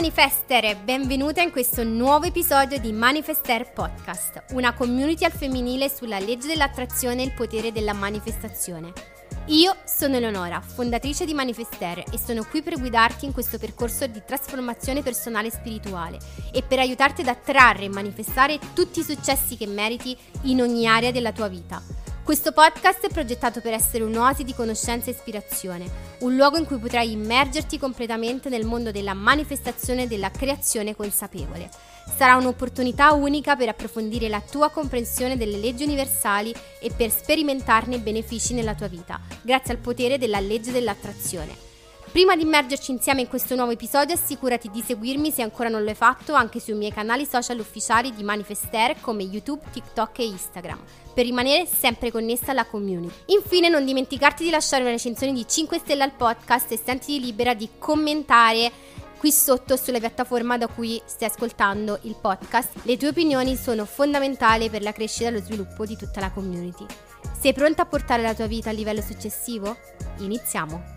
Manifester, benvenuta in questo nuovo episodio di Manifester Podcast, una community al femminile sulla legge dell'attrazione e il potere della manifestazione. Io sono Eleonora, fondatrice di Manifester e sono qui per guidarti in questo percorso di trasformazione personale e spirituale e per aiutarti ad attrarre e manifestare tutti i successi che meriti in ogni area della tua vita. Questo podcast è progettato per essere un'oasi di conoscenza e ispirazione, un luogo in cui potrai immergerti completamente nel mondo della manifestazione e della creazione consapevole. Sarà un'opportunità unica per approfondire la tua comprensione delle leggi universali e per sperimentarne i benefici nella tua vita, grazie al potere della legge dell'attrazione. Prima di immergerci insieme in questo nuovo episodio, assicurati di seguirmi se ancora non lo hai fatto anche sui miei canali social ufficiali di Manifester come YouTube, TikTok e Instagram, per rimanere sempre connessa alla community. Infine, non dimenticarti di lasciare una recensione di 5 stelle al podcast e sentiti libera di commentare qui sotto sulla piattaforma da cui stai ascoltando il podcast. Le tue opinioni sono fondamentali per la crescita e lo sviluppo di tutta la community. Sei pronta a portare la tua vita al livello successivo? Iniziamo!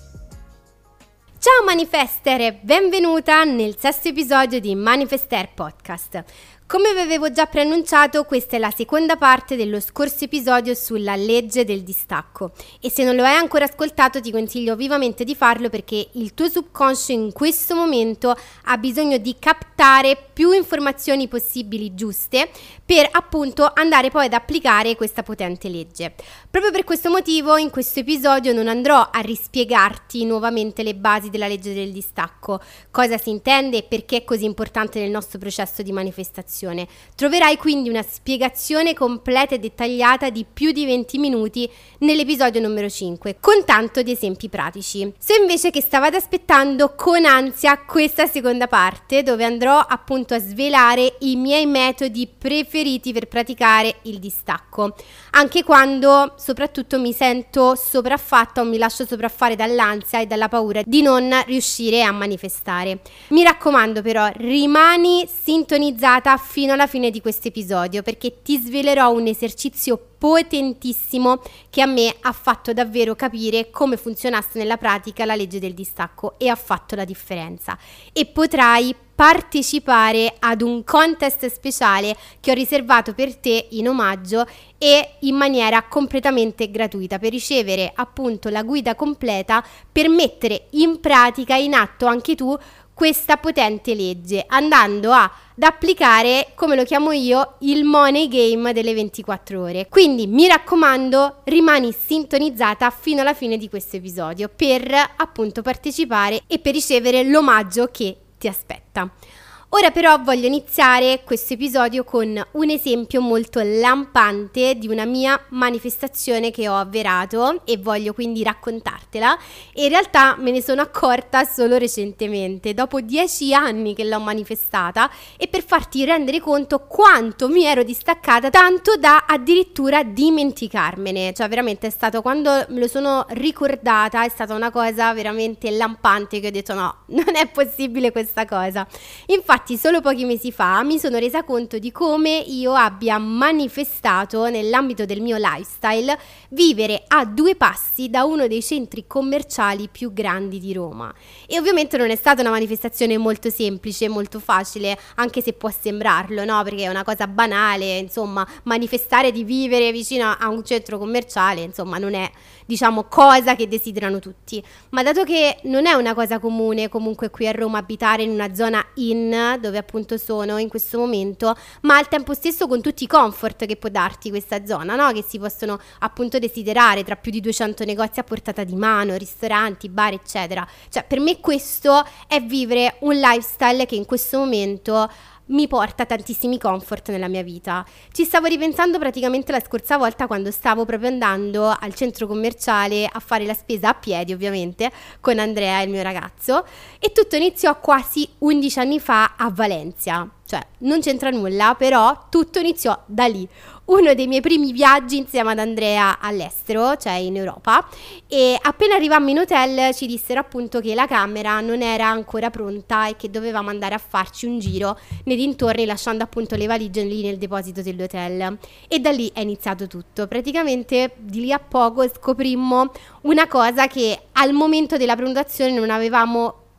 Ciao Manifester, benvenuta nel sesto episodio di Manifester Podcast. Come vi avevo già preannunciato, questa è la seconda parte dello scorso episodio sulla legge del distacco e se non lo hai ancora ascoltato ti consiglio vivamente di farlo perché il tuo subconscio in questo momento ha bisogno di captare più informazioni possibili giuste per appunto andare poi ad applicare questa potente legge. Proprio per questo motivo in questo episodio non andrò a rispiegarti nuovamente le basi della legge del distacco, cosa si intende e perché è così importante nel nostro processo di manifestazione. Troverai quindi una spiegazione completa e dettagliata di più di 20 minuti nell'episodio numero 5, con tanto di esempi pratici. Se invece che stavate aspettando con ansia questa seconda parte, dove andrò appunto a svelare i miei metodi preferiti per praticare il distacco, anche quando soprattutto mi sento sopraffatta o mi lascio sopraffare dall'ansia e dalla paura di non riuscire a manifestare. Mi raccomando però, rimani sintonizzata fino alla fine di questo episodio perché ti svelerò un esercizio potentissimo che a me ha fatto davvero capire come funzionasse nella pratica la legge del distacco e ha fatto la differenza. E potrai partecipare ad un contest speciale che ho riservato per te in omaggio e in maniera completamente gratuita per ricevere appunto la guida completa per mettere in pratica, in atto anche tu questa potente legge, andando ad applicare, come lo chiamo io, il money game delle 24 ore. Quindi mi raccomando, rimani sintonizzata fino alla fine di questo episodio per appunto partecipare e per ricevere l'omaggio che ti aspetta. Ora però voglio iniziare questo episodio con un esempio molto lampante di una mia manifestazione che ho avverato e voglio quindi raccontartela. E in realtà me ne sono accorta solo recentemente, dopo 10 anni che l'ho manifestata, e per farti rendere conto quanto mi ero distaccata, tanto da addirittura dimenticarmene. Cioè veramente è stato, quando me lo sono ricordata, è stata una cosa veramente lampante che ho detto no, non è possibile questa cosa. Infatti solo pochi mesi fa mi sono resa conto di come io abbia manifestato nell'ambito del mio lifestyle vivere a 2 passi da uno dei centri commerciali più grandi di Roma. E ovviamente non è stata una manifestazione molto semplice, molto facile, anche se può sembrarlo, no? Perché è una cosa banale, insomma, manifestare di vivere vicino a un centro commerciale, insomma, non è, diciamo, cosa che desiderano tutti. Ma dato che non è una cosa comune comunque qui a Roma abitare in una zona dove appunto sono in questo momento, ma al tempo stesso con tutti i comfort che può darti questa zona, no? Che si possono appunto desiderare tra più di 200 negozi a portata di mano, ristoranti, bar eccetera. Cioè per me questo è vivere un lifestyle che in questo momento mi porta tantissimi comfort nella mia vita. Ci stavo ripensando praticamente la scorsa volta quando stavo proprio andando al centro commerciale a fare la spesa a piedi, ovviamente, con Andrea, il mio ragazzo, e tutto iniziò quasi 11 anni fa a Valencia. Cioè, non c'entra nulla, però tutto iniziò da lì. Uno dei miei primi viaggi insieme ad Andrea all'estero, cioè in Europa, e appena arrivammo in hotel ci dissero appunto che la camera non era ancora pronta e che dovevamo andare a farci un giro nei dintorni lasciando appunto le valigie lì nel deposito dell'hotel. E da lì è iniziato tutto. Praticamente di lì a poco scoprimmo una cosa che al momento della prenotazione non avevamo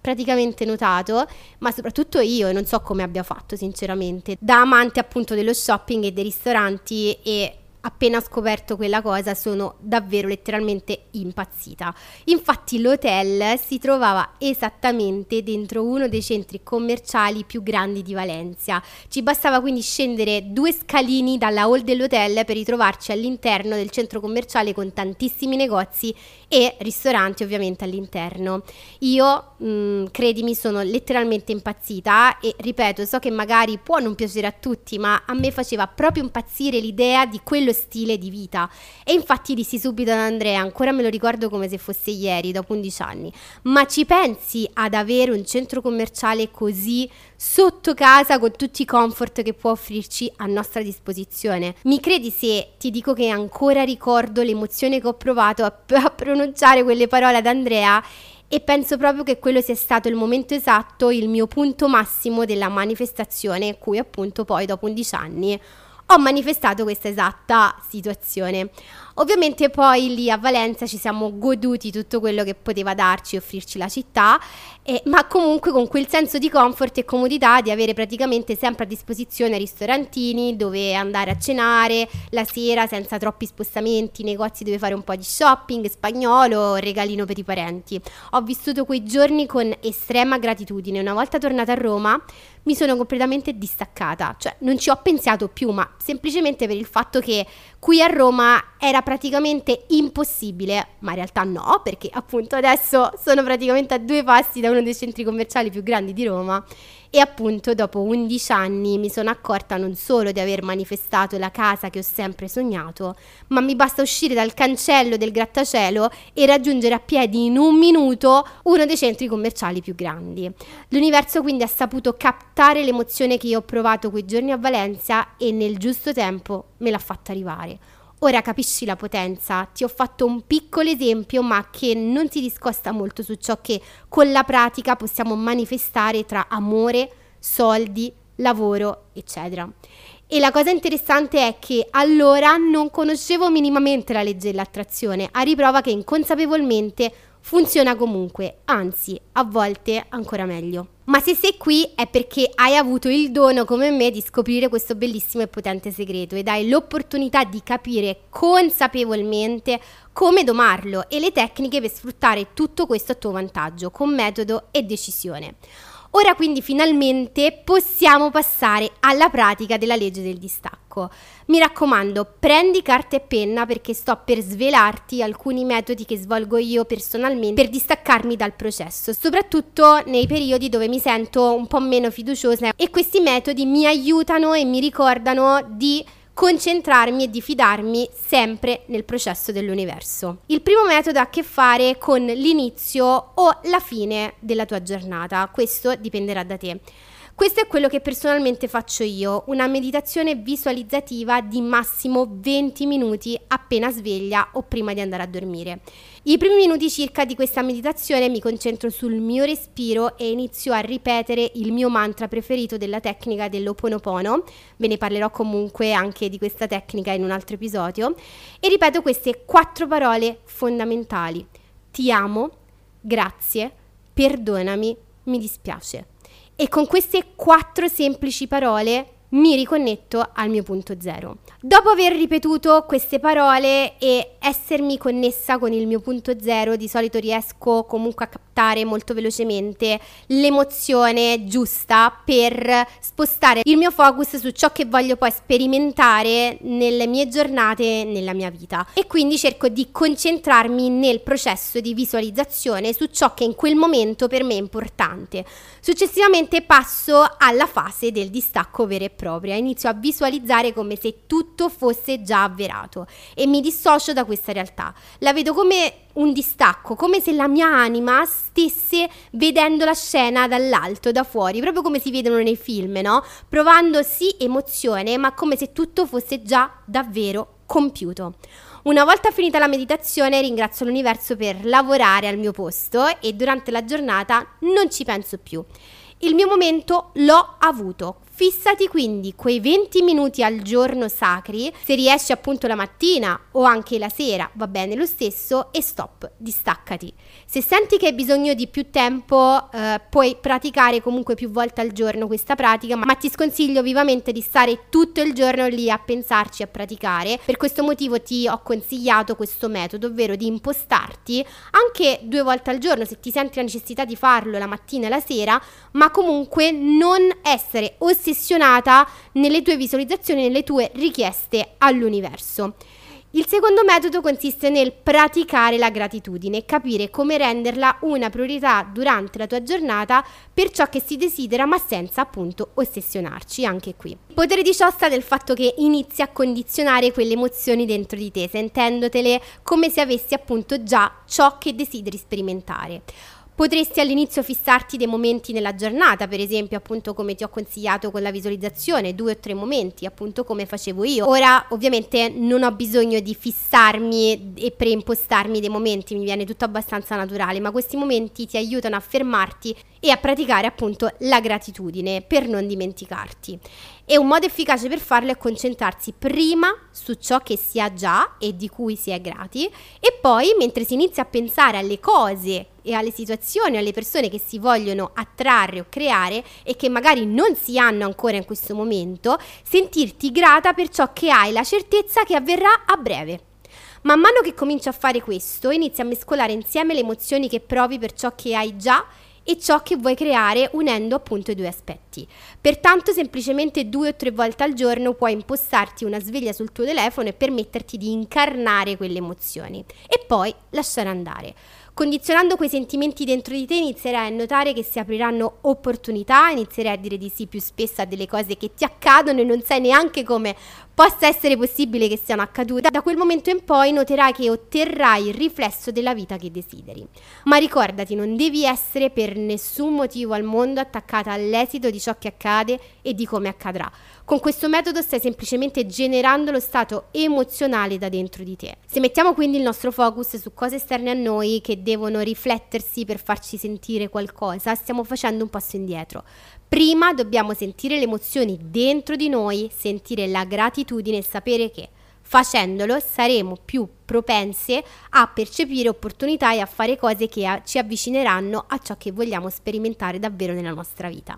praticamente notato, ma soprattutto io, e non so come abbia fatto sinceramente, da amante appunto dello shopping e dei ristoranti, e appena ho scoperto quella cosa sono davvero letteralmente impazzita. Infatti l'hotel si trovava esattamente dentro uno dei centri commerciali più grandi di Valencia. Ci bastava quindi scendere 2 scalini dalla hall dell'hotel per ritrovarci all'interno del centro commerciale, con tantissimi negozi e ristoranti ovviamente all'interno. Io, credimi, sono letteralmente impazzita, e ripeto, so che magari può non piacere a tutti, ma a me faceva proprio impazzire l'idea di quello stile di vita. E infatti dissi subito ad Andrea, ancora me lo ricordo come se fosse ieri, dopo 11 anni: ma ci pensi ad avere un centro commerciale così sotto casa, con tutti i comfort che può offrirci a nostra disposizione? Mi credi se ti dico che ancora ricordo l'emozione che ho provato a pronunciare quelle parole ad Andrea? E penso proprio che quello sia stato il momento esatto, il mio punto massimo della manifestazione, cui appunto poi dopo 11 anni ho manifestato questa esatta situazione. Ovviamente poi lì a Valencia ci siamo goduti tutto quello che poteva darci e offrirci la città, ma comunque con quel senso di comfort e comodità di avere praticamente sempre a disposizione ristorantini dove andare a cenare la sera senza troppi spostamenti, negozi dove fare un po' di shopping, spagnolo, regalino per i parenti. Ho vissuto quei giorni con estrema gratitudine. Una volta tornata a Roma mi sono completamente distaccata, cioè non ci ho pensato più, ma semplicemente per il fatto che qui a Roma era praticamente impossibile, ma in realtà no, perché appunto adesso sono praticamente a 2 passi da uno dei centri commerciali più grandi di Roma. E appunto dopo 11 anni mi sono accorta non solo di aver manifestato la casa che ho sempre sognato, ma mi basta uscire dal cancello del grattacielo e raggiungere a piedi in 1 minuto uno dei centri commerciali più grandi. L'universo quindi ha saputo captare l'emozione che io ho provato quei giorni a Valencia e nel giusto tempo me l'ha fatta arrivare. Ora capisci la potenza? Ti ho fatto un piccolo esempio, ma che non si discosta molto su ciò che con la pratica possiamo manifestare tra amore, soldi, lavoro, eccetera. E la cosa interessante è che allora non conoscevo minimamente la legge dell'attrazione, a riprova che inconsapevolmente funziona comunque, anzi, a volte ancora meglio. Ma se sei qui è perché hai avuto il dono come me di scoprire questo bellissimo e potente segreto ed hai l'opportunità di capire consapevolmente come domarlo e le tecniche per sfruttare tutto questo a tuo vantaggio, con metodo e decisione. Ora quindi finalmente possiamo passare alla pratica della legge del distacco. Mi raccomando, prendi carta e penna perché sto per svelarti alcuni metodi che svolgo io personalmente per distaccarmi dal processo, soprattutto nei periodi dove mi sento un po' meno fiduciosa, e questi metodi mi aiutano e mi ricordano di concentrarmi e di fidarmi sempre nel processo dell'universo. Il primo metodo ha a che fare con l'inizio o la fine della tua giornata, questo dipenderà da te. Questo è quello che personalmente faccio io, una meditazione visualizzativa di massimo 20 minuti appena sveglia o prima di andare a dormire. I primi minuti circa di questa meditazione mi concentro sul mio respiro e inizio a ripetere il mio mantra preferito della tecnica dell'Ho'oponopono. Ve ne parlerò comunque anche di questa tecnica in un altro episodio. E ripeto queste 4 parole fondamentali: ti amo, grazie, perdonami, mi dispiace. E con queste 4 semplici parole mi riconnetto al mio punto zero. Dopo aver ripetuto queste parole e essermi connessa con il mio punto zero, di solito riesco comunque a captare molto velocemente l'emozione giusta per spostare il mio focus su ciò che voglio poi sperimentare nelle mie giornate, nella mia vita. E quindi cerco di concentrarmi nel processo di visualizzazione su ciò che in quel momento per me è importante. Successivamente passo alla fase del distacco vero e proprio. Inizio a visualizzare come se tutto fosse già avverato e mi dissocio da questa realtà. La vedo come un distacco, come se la mia anima stesse vedendo la scena dall'alto, da fuori, proprio come si vedono nei film, no? Provando sì emozione, ma come se tutto fosse già davvero compiuto. Una volta finita la meditazione ringrazio l'universo per lavorare al mio posto e durante la giornata non ci penso più. Il mio momento l'ho avuto, Fissati quindi quei 20 minuti al giorno sacri, se riesci appunto la mattina o anche la sera, va bene lo stesso, e stop, distaccati. Se senti che hai bisogno di più tempo, puoi praticare comunque più volte al giorno questa pratica, ma ti sconsiglio vivamente di stare tutto il giorno lì a pensarci, a praticare. Per questo motivo ti ho consigliato questo metodo, ovvero di impostarti anche 2 volte al giorno se ti senti la necessità di farlo la mattina e la sera, ma comunque non essere ossessionata nelle tue visualizzazioni, nelle tue richieste all'universo. Il secondo metodo consiste nel praticare la gratitudine e capire come renderla una priorità durante la tua giornata per ciò che si desidera, ma senza appunto ossessionarci anche qui. Il potere di ciò sta nel fatto che inizi a condizionare quelle emozioni dentro di te, sentendotele come se avessi appunto già ciò che desideri sperimentare. Potresti all'inizio fissarti dei momenti nella giornata, per esempio appunto come ti ho consigliato con la visualizzazione, 2 o 3 momenti, appunto come facevo io. Ora ovviamente non ho bisogno di fissarmi e preimpostarmi dei momenti, mi viene tutto abbastanza naturale, ma questi momenti ti aiutano a fermarti e a praticare appunto la gratitudine per non dimenticarti. E un modo efficace per farlo è concentrarsi prima su ciò che si ha già e di cui si è grati, e poi mentre si inizia a pensare alle cose e alle situazioni, alle persone che si vogliono attrarre o creare e che magari non si hanno ancora in questo momento, sentirti grata per ciò che hai la certezza che avverrà a breve. Man mano che cominci a fare questo, inizi a mescolare insieme le emozioni che provi per ciò che hai già e ciò che vuoi creare, unendo appunto i 2 aspetti. Pertanto semplicemente 2 o 3 volte al giorno puoi impostarti una sveglia sul tuo telefono e permetterti di incarnare quelle emozioni e poi lasciare andare. Condizionando quei sentimenti dentro di te inizierai a notare che si apriranno opportunità, inizierai a dire di sì più spesso a delle cose che ti accadono e non sai neanche come possa essere possibile che siano accadute. Da quel momento in poi noterai che otterrai il riflesso della vita che desideri. Ma ricordati, non devi essere per nessun motivo al mondo attaccata all'esito di ciò che accade e di come accadrà. Con questo metodo stai semplicemente generando lo stato emozionale da dentro di te. Se mettiamo quindi il nostro focus su cose esterne a noi che devono riflettersi per farci sentire qualcosa, stiamo facendo un passo indietro. Prima dobbiamo sentire le emozioni dentro di noi, sentire la gratitudine e sapere che facendolo saremo più propense a percepire opportunità e a fare cose che ci avvicineranno a ciò che vogliamo sperimentare davvero nella nostra vita.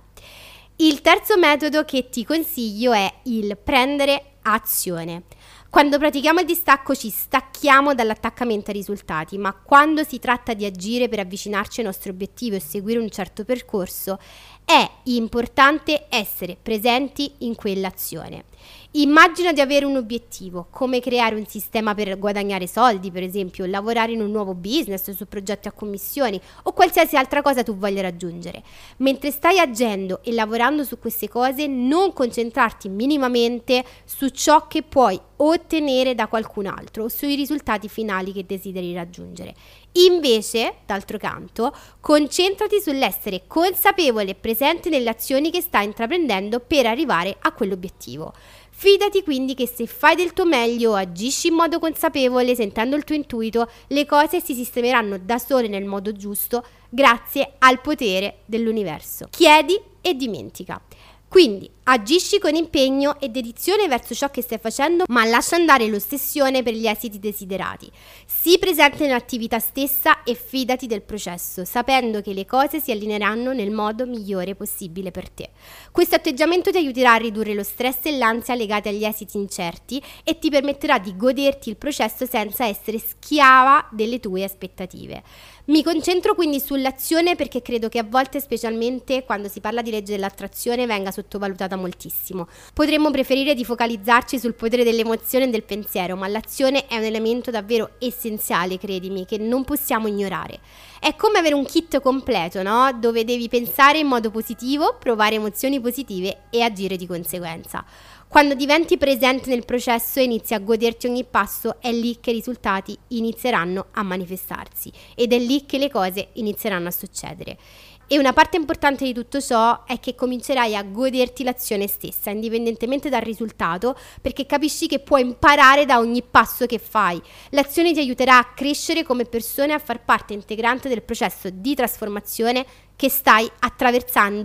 Il terzo metodo che ti consiglio è il prendere azione. Quando pratichiamo il distacco ci stacchiamo dall'attaccamento ai risultati, ma quando si tratta di agire per avvicinarci ai nostri obiettivi o seguire un certo percorso, è importante essere presenti in quell'azione. Immagina di avere un obiettivo, come creare un sistema per guadagnare soldi, per esempio, lavorare in un nuovo business, su progetti a commissioni o qualsiasi altra cosa tu voglia raggiungere. Mentre stai agendo e lavorando su queste cose, non concentrarti minimamente su ciò che puoi ottenere da qualcun altro o sui risultati finali che desideri raggiungere. Invece, d'altro canto, concentrati sull'essere consapevole e presente nelle azioni che stai intraprendendo per arrivare a quell'obiettivo. Fidati quindi che se fai del tuo meglio, agisci in modo consapevole, sentendo il tuo intuito, le cose si sistemeranno da sole nel modo giusto grazie al potere dell'universo. Chiedi e dimentica. Quindi agisci con impegno e dedizione verso ciò che stai facendo, ma lascia andare l'ossessione per gli esiti desiderati. Sii presente nell'attività stessa e fidati del processo, sapendo che le cose si allineeranno nel modo migliore possibile per te. Questo atteggiamento ti aiuterà a ridurre lo stress e l'ansia legati agli esiti incerti e ti permetterà di goderti il processo senza essere schiava delle tue aspettative. Mi concentro quindi sull'azione perché credo che a volte, specialmente quando si parla di legge dell'attrazione, venga sottovalutata moltissimo. Potremmo preferire di focalizzarci sul potere dell'emozione e del pensiero, ma l'azione è un elemento davvero essenziale, credimi, che non possiamo ignorare. È come avere un kit completo, no? Dove devi pensare in modo positivo, provare emozioni positive e agire di conseguenza. Quando diventi presente nel processo e inizi a goderti ogni passo, è lì che i risultati inizieranno a manifestarsi ed è lì che le cose inizieranno a succedere. E una parte importante di tutto ciò è che comincerai a goderti l'azione stessa, indipendentemente dal risultato, perché capisci che puoi imparare da ogni passo che fai. L'azione ti aiuterà a crescere come persona e a far parte integrante del processo di trasformazione che stai attraversando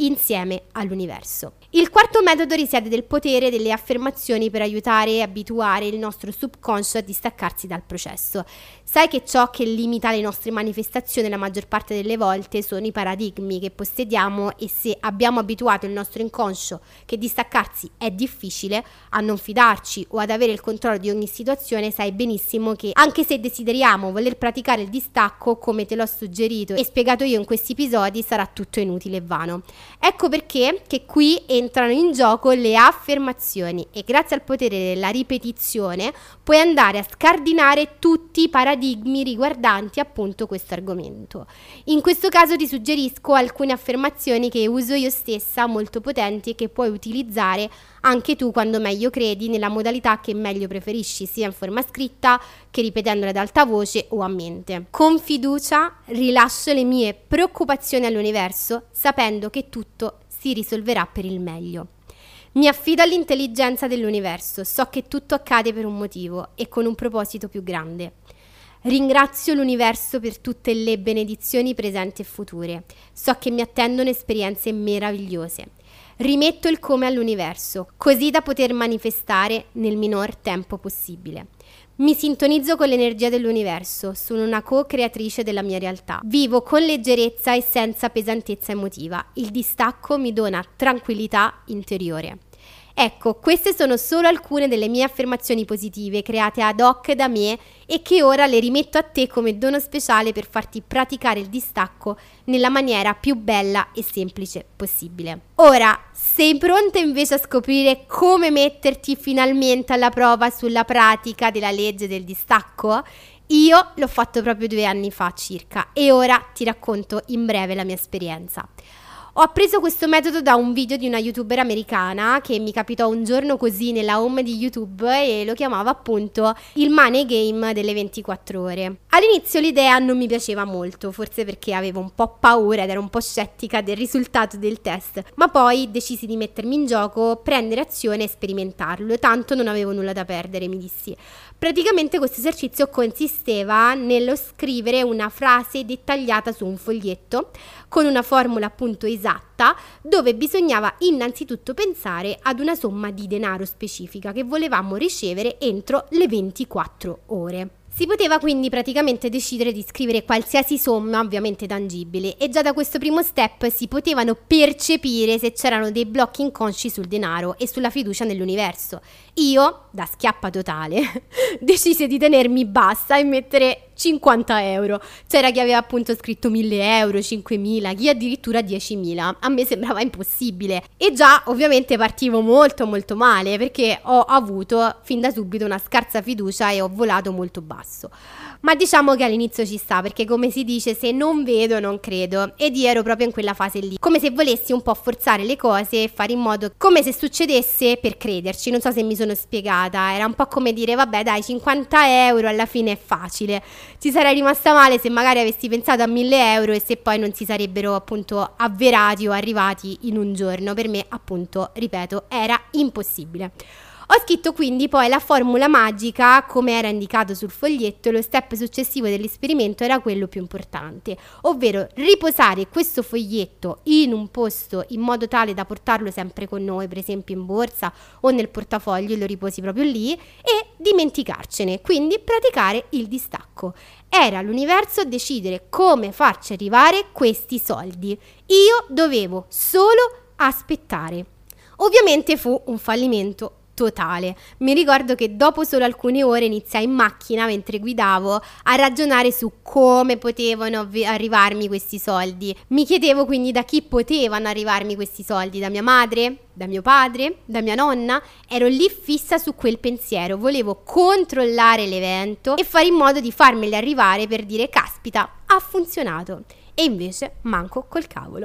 insieme all'universo. Il quarto metodo risiede del potere delle affermazioni per aiutare e abituare il nostro subconscio a distaccarsi dal processo. Sai che ciò che limita le nostre manifestazioni la maggior parte delle volte sono i paradigmi che possediamo, e se abbiamo abituato il nostro inconscio che distaccarsi è difficile, a non fidarci o ad avere il controllo di ogni situazione, sai benissimo che anche se desideriamo voler praticare il distacco come te l'ho suggerito e spiegato io in questi episodi, sarà tutto inutile e vano. Ecco perché che qui entrano in gioco le affermazioni, e grazie al potere della ripetizione puoi andare a scardinare tutti i paradigmi riguardanti appunto questo argomento. In questo caso ti suggerisco alcune affermazioni che uso io stessa, molto potenti, e che puoi utilizzare anche tu quando meglio credi, nella modalità che meglio preferisci, sia in forma scritta che ripetendole ad alta voce o a mente. Con fiducia rilascio le mie preoccupazioni all'universo, sapendo che tutto si risolverà per il meglio. Mi affido all'intelligenza dell'universo, so che tutto accade per un motivo e con un proposito più grande. Ringrazio l'universo per tutte le benedizioni presenti e future, so che mi attendono esperienze meravigliose. Rimetto il come all'universo, così da poter manifestare nel minor tempo possibile. Mi sintonizzo con l'energia dell'universo, sono una co-creatrice della mia realtà. Vivo con leggerezza e senza pesantezza emotiva. Il distacco mi dona tranquillità interiore. Ecco, queste sono solo alcune delle mie affermazioni positive create ad hoc da me e che ora le rimetto a te come dono speciale per farti praticare il distacco nella maniera più bella e semplice possibile. Ora, sei pronta invece a scoprire come metterti finalmente alla prova sulla pratica della legge del distacco? Io l'ho fatto proprio 2 anni fa circa e ora ti racconto in breve la mia esperienza. Ho appreso questo metodo da un video di una youtuber americana che mi capitò un giorno così nella home di YouTube e lo chiamava appunto il money game delle 24 ore. All'inizio l'idea non mi piaceva molto, forse perché avevo un po' paura ed ero un po' scettica del risultato del test, ma poi decisi di mettermi in gioco, prendere azione e sperimentarlo, tanto non avevo nulla da perdere, mi dissi. Praticamente questo esercizio consisteva nello scrivere una frase dettagliata su un foglietto con una formula appunto esatta, dove bisognava innanzitutto pensare ad una somma di denaro specifica che volevamo ricevere entro le 24 ore. Si poteva quindi praticamente decidere di scrivere qualsiasi somma, ovviamente tangibile, e già da questo primo step si potevano percepire se c'erano dei blocchi inconsci sul denaro e sulla fiducia nell'universo. Io, da schiappa totale, decisi di tenermi bassa e mettere 50 euro. C'era chi aveva appunto scritto 1000 euro, 5.000, chi addirittura 10.000. A me sembrava impossibile e già ovviamente partivo molto male perché ho avuto fin da subito una scarsa fiducia e ho volato molto basso. Ma diciamo che all'inizio ci sta, perché come si dice, se non vedo non credo, ed io ero proprio in quella fase lì, come se volessi un po' forzare le cose e fare in modo come se succedesse per crederci. Non so se mi sono spiegata, era un po' come dire vabbè dai, 50 euro alla fine è facile. Ci sarei rimasta male se magari avessi pensato a 1000 euro e se poi non si sarebbero appunto avverati o arrivati in un giorno. Per me appunto, ripeto, era impossibile. Ho scritto quindi poi la formula magica come era indicato sul foglietto e lo step successivo dell'esperimento era quello più importante, ovvero riposare questo foglietto in un posto in modo tale da portarlo sempre con noi, per esempio in borsa o nel portafoglio, lo riposi proprio lì e dimenticarcene, quindi praticare il distacco. Era l'universo a decidere come farci arrivare questi soldi. Io dovevo solo aspettare. Ovviamente fu un fallimento totale. Mi ricordo che dopo solo alcune ore iniziai in macchina mentre guidavo a ragionare su come potevano arrivarmi questi soldi. Mi chiedevo quindi da chi potevano arrivarmi questi soldi, da mia madre, da mio padre, da mia nonna. Ero lì fissa su quel pensiero, volevo controllare l'evento e fare in modo di farmeli arrivare per dire caspita, ha funzionato. E invece manco col cavolo.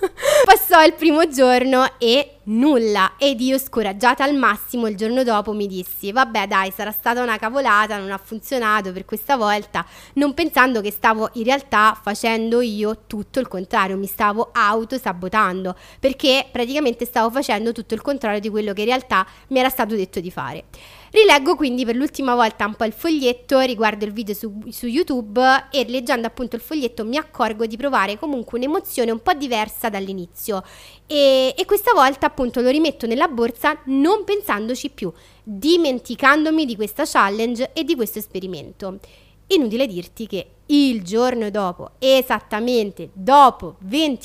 Passò il primo giorno e nulla, ed io scoraggiata al massimo il giorno dopo mi dissi vabbè dai, sarà stata una cavolata, non ha funzionato per questa volta, non pensando che stavo in realtà facendo io tutto il contrario, mi stavo autosabotando perché praticamente stavo facendo tutto il contrario di quello che in realtà mi era stato detto di fare. Rileggo quindi per l'ultima volta un po' il foglietto, riguardo il video su YouTube e leggendo appunto il foglietto mi accorgo di provare comunque un'emozione un po' diversa dall'inizio e questa volta appunto lo rimetto nella borsa non pensandoci più, dimenticandomi di questa challenge e di questo esperimento. Inutile dirti che il giorno dopo, esattamente dopo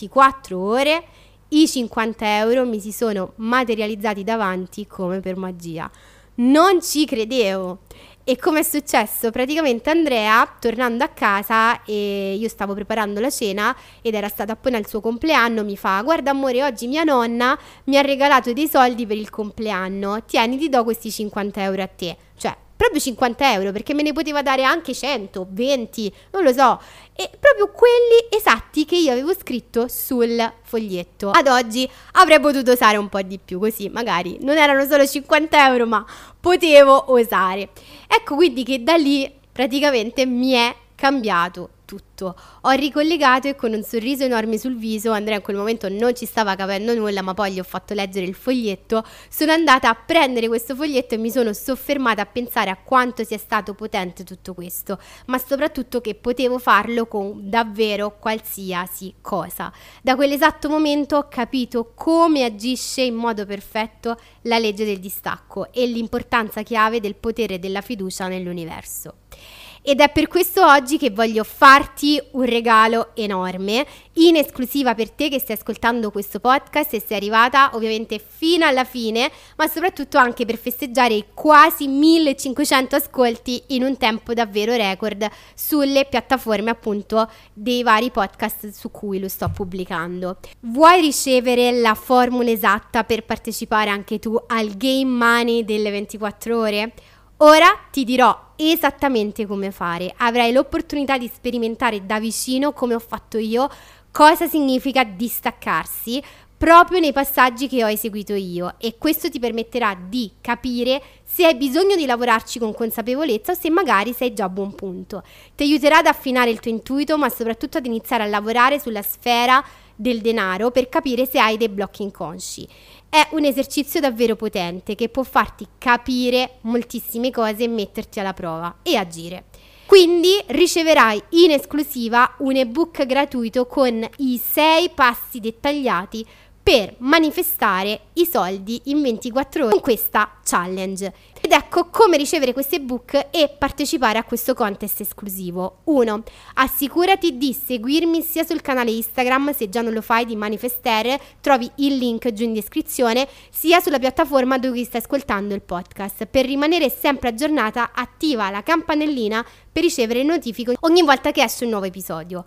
24 ore, i 50 euro mi si sono materializzati davanti come per magia. Non ci credevo. E come è successo? Praticamente Andrea, tornando a casa, e io stavo preparando la cena ed era stato appena il suo compleanno, mi fa: guarda amore, oggi mia nonna mi ha regalato dei soldi per il compleanno, tieni, ti do questi 50 euro a te. Cioè, proprio 50 euro, perché me ne poteva dare anche 100, 20, non lo so. E proprio quelli esatti che io avevo scritto sul foglietto. Ad oggi avrei potuto osare un po' di più, così magari non erano solo 50 euro, ma potevo osare. Ecco quindi che da lì praticamente mi è cambiato tutto. Ho ricollegato e con un sorriso enorme sul viso, Andrea in quel momento non ci stava capendo nulla, ma poi gli ho fatto leggere il foglietto, sono andata a prendere questo foglietto e mi sono soffermata a pensare a quanto sia stato potente tutto questo, ma soprattutto che potevo farlo con davvero qualsiasi cosa. Da quell'esatto momento ho capito come agisce in modo perfetto la legge del distacco e l'importanza chiave del potere della fiducia nell'universo. Ed è per questo oggi che voglio farti un regalo enorme, in esclusiva per te che stai ascoltando questo podcast e sei arrivata ovviamente fino alla fine, ma soprattutto anche per festeggiare i quasi 1500 ascolti in un tempo davvero record sulle piattaforme appunto dei vari podcast su cui lo sto pubblicando. Vuoi ricevere la formula esatta per partecipare anche tu al Game Money delle 24 ore? Ora ti dirò esattamente come fare, avrai l'opportunità di sperimentare da vicino, come ho fatto io, cosa significa distaccarsi proprio nei passaggi che ho eseguito io, e questo ti permetterà di capire se hai bisogno di lavorarci con consapevolezza o se magari sei già a buon punto. Ti aiuterà ad affinare il tuo intuito, ma soprattutto ad iniziare a lavorare sulla sfera del denaro per capire se hai dei blocchi inconsci. È un esercizio davvero potente che può farti capire moltissime cose e metterti alla prova e agire. Quindi riceverai in esclusiva un ebook gratuito con i 6 passi dettagliati per manifestare i soldi in 24 ore con questa challenge. Ed ecco come ricevere questo ebook e partecipare a questo contest esclusivo. 1. Assicurati di seguirmi sia sul canale Instagram, se già non lo fai, di Manifestere, trovi il link giù in descrizione, sia sulla piattaforma dove stai ascoltando il podcast. Per rimanere sempre aggiornata, attiva la campanellina per ricevere notifiche ogni volta che esce un nuovo episodio.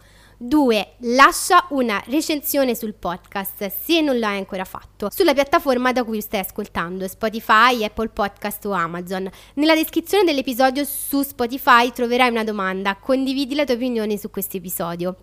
2. Lascia una recensione sul podcast se non l'hai ancora fatto sulla piattaforma da cui stai ascoltando, Spotify, Apple Podcast o Amazon. Nella descrizione dell'episodio su Spotify troverai una domanda, condividi la tua opinione su questo episodio.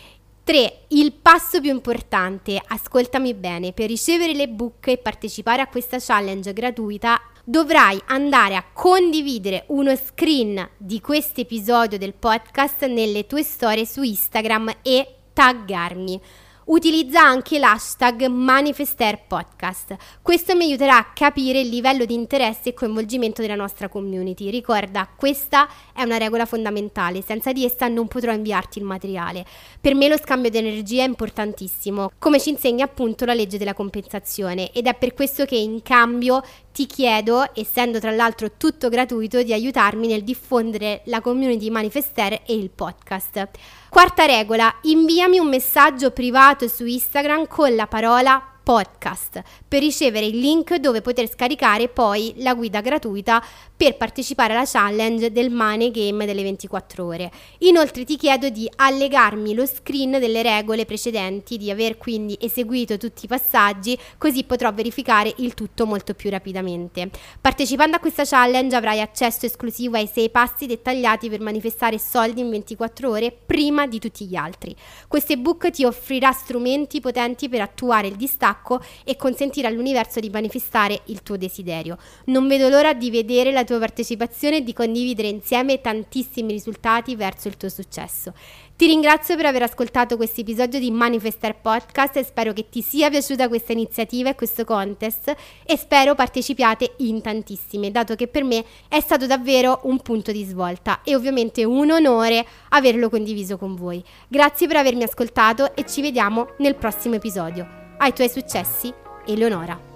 3. Il passo più importante, ascoltami bene, per ricevere l'ebook e partecipare a questa challenge gratuita dovrai andare a condividere uno screen di questo episodio del podcast nelle tue storie su Instagram e taggarmi. Utilizza anche l'hashtag ManifesterPodcast. Questo mi aiuterà a capire il livello di interesse e coinvolgimento della nostra community. Ricorda, questa è una regola fondamentale, senza di essa non potrò inviarti il materiale. Per me lo scambio di energia è importantissimo, come ci insegna appunto la legge della compensazione, ed è per questo che in cambio ti chiedo, essendo tra l'altro tutto gratuito, di aiutarmi nel diffondere la community Manifestere e il podcast. Quarta regola, inviami un messaggio privato su Instagram con la parola podcast per ricevere il link dove poter scaricare poi la guida gratuita per partecipare alla challenge del Money Game delle 24 ore. Inoltre ti chiedo di allegarmi lo screen delle regole precedenti, di aver quindi eseguito tutti i passaggi, così potrò verificare il tutto molto più rapidamente. Partecipando a questa challenge avrai accesso esclusivo ai 6 passi dettagliati per manifestare soldi in 24 ore prima di tutti gli altri. Questo ebook ti offrirà strumenti potenti per attuare il distacco distacco e consentire all'universo di manifestare il tuo desiderio. Non vedo l'ora di vedere la tua partecipazione e di condividere insieme tantissimi risultati verso il tuo successo. Ti ringrazio per aver ascoltato questo episodio di Manifestar Podcast e spero che ti sia piaciuta questa iniziativa e questo contest e spero partecipiate in tantissime, dato che per me è stato davvero un punto di svolta e ovviamente un onore averlo condiviso con voi. Grazie per avermi ascoltato e ci vediamo nel prossimo episodio. Ai tuoi successi, Eleonora.